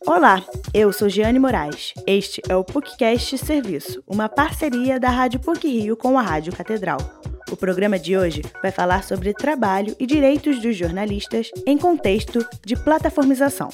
Olá, eu sou Giane Moraes. Este é o PUCcast Serviço, uma parceria da Rádio PUC-Rio com a Rádio Catedral. O programa de hoje vai falar sobre trabalho e direitos dos jornalistas em contexto de plataformização.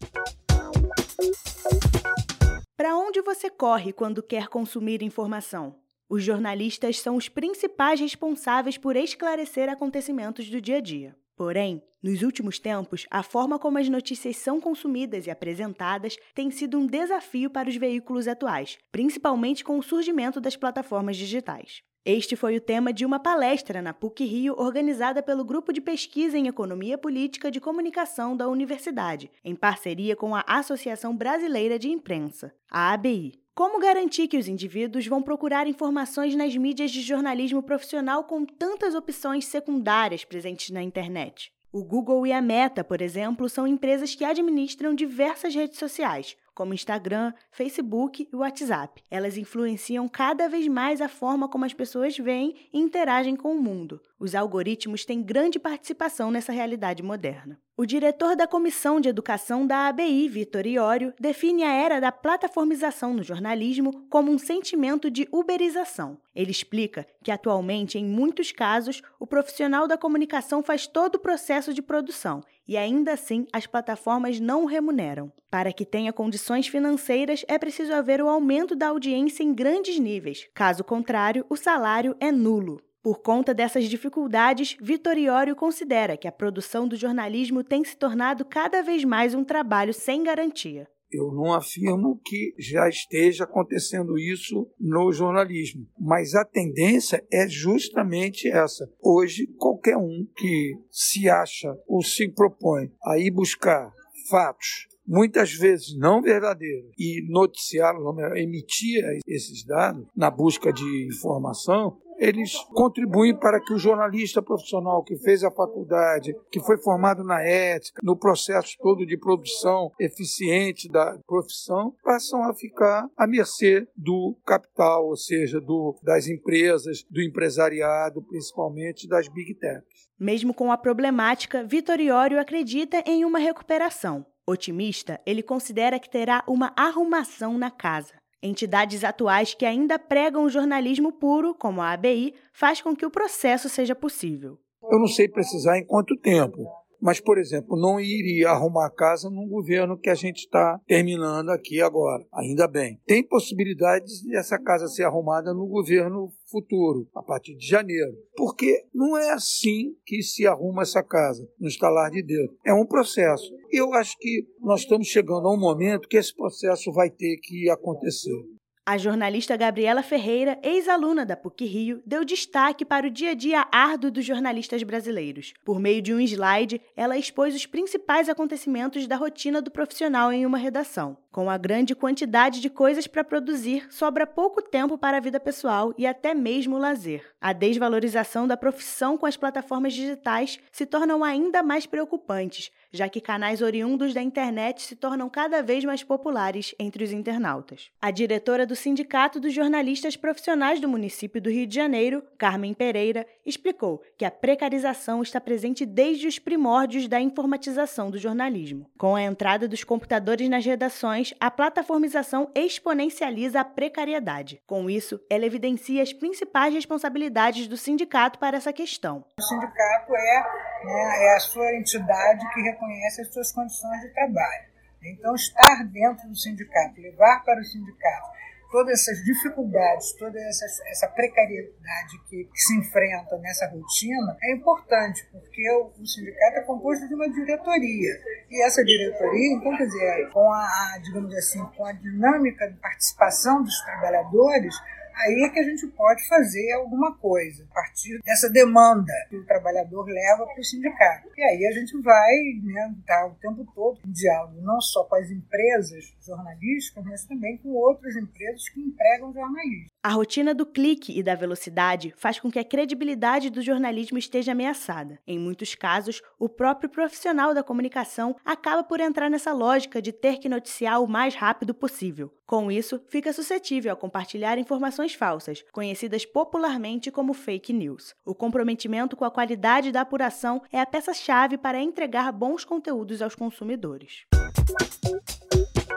Para onde você corre quando quer consumir informação? Os jornalistas são os principais responsáveis por esclarecer acontecimentos do dia a dia. Porém, nos últimos tempos, a forma como as notícias são consumidas e apresentadas tem sido um desafio para os veículos atuais, principalmente com o surgimento das plataformas digitais. Este foi o tema de uma palestra na PUC-Rio organizada pelo Grupo de Pesquisa em Economia Política de Comunicação da Universidade, em parceria com a Associação Brasileira de Imprensa, a ABI. Como garantir que os indivíduos vão procurar informações nas mídias de jornalismo profissional com tantas opções secundárias presentes na internet? O Google e a Meta, por exemplo, são empresas que administram diversas redes sociais, como Instagram, Facebook e WhatsApp. Elas influenciam cada vez mais a forma como as pessoas veem e interagem com o mundo. Os algoritmos têm grande participação nessa realidade moderna. O diretor da Comissão de Educação da ABI, Vitor Iorio, define a era da plataformização no jornalismo como um sentimento de uberização. Ele explica que, atualmente, em muitos casos, o profissional da comunicação faz todo o processo de produção e, ainda assim, as plataformas não o remuneram. Para que tenha condições financeiras, é preciso haver o aumento da audiência em grandes níveis. Caso contrário, o salário é nulo. Por conta dessas dificuldades, Vitor Iorio considera que a produção do jornalismo tem se tornado cada vez mais um trabalho sem garantia. Eu não afirmo que já esteja acontecendo isso no jornalismo, mas a tendência é justamente essa. Hoje, qualquer um que se acha ou se propõe a ir buscar fatos, muitas vezes não verdadeiros, e noticiá-los, emitir esses dados na busca de informação, eles contribuem para que o jornalista profissional que fez a faculdade, que foi formado na ética, no processo todo de produção eficiente da profissão, passam a ficar à mercê do capital, ou seja, das empresas, do empresariado, principalmente das Big Techs. Mesmo com a problemática, Vitor Iorio acredita em uma recuperação. Otimista, ele considera que terá uma arrumação na casa. Entidades atuais que ainda pregam o jornalismo puro, como a ABI, faz com que o processo seja possível. Eu não sei precisar em quanto tempo, mas, por exemplo, não iria arrumar a casa num governo que a gente está terminando aqui agora, ainda bem. Tem possibilidades de essa casa ser arrumada no governo futuro, a partir de janeiro, porque não é assim que se arruma essa casa, no estalar de dedo. É um processo. Eu acho que nós estamos chegando a um momento que esse processo vai ter que acontecer. A jornalista Gabriela Ferreira, ex-aluna da PUC-Rio, deu destaque para o dia a dia árduo dos jornalistas brasileiros. Por meio de um slide, ela expôs os principais acontecimentos da rotina do profissional em uma redação. Com a grande quantidade de coisas para produzir, sobra pouco tempo para a vida pessoal e até mesmo o lazer. A desvalorização da profissão com as plataformas digitais se tornam ainda mais preocupantes, já que canais oriundos da internet se tornam cada vez mais populares entre os internautas. A diretora do Sindicato dos Jornalistas Profissionais do município do Rio de Janeiro, Carmen Pereira, explicou que a precarização está presente desde os primórdios da informatização do jornalismo. Com a entrada dos computadores nas redações, a plataformização exponencializa a precariedade. Com isso, ela evidencia as principais responsabilidades do sindicato para essa questão. O sindicato é a sua entidade que reconhece as suas condições de trabalho. Então, estar dentro do sindicato, levar para o sindicato todas essas dificuldades, toda essa precariedade que se enfrenta nessa rotina é importante, porque o sindicato é composto de uma diretoria. E essa diretoria, então, quer dizer, digamos assim, com a dinâmica de participação dos trabalhadores, aí é que a gente pode fazer alguma coisa, a partir dessa demanda que o trabalhador leva para o sindicato. E aí a gente vai estar o tempo todo em diálogo, não só com as empresas jornalísticas, mas também com outras empresas que empregam jornalistas. A rotina do clique e da velocidade faz com que a credibilidade do jornalismo esteja ameaçada. Em muitos casos, o próprio profissional da comunicação acaba por entrar nessa lógica de ter que noticiar o mais rápido possível. Com isso, fica suscetível a compartilhar informações falsas, conhecidas popularmente como fake news. O comprometimento com a qualidade da apuração é a peça-chave para entregar bons conteúdos aos consumidores.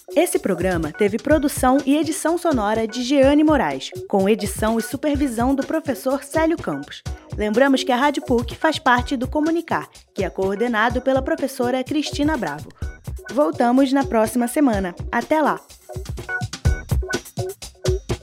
Esse programa teve produção e edição sonora de Jeane Moraes, com edição e supervisão do professor Célio Campos. Lembramos que a Rádio PUC faz parte do Comunicar, que é coordenado pela professora Cristina Bravo. Voltamos na próxima semana. Até lá!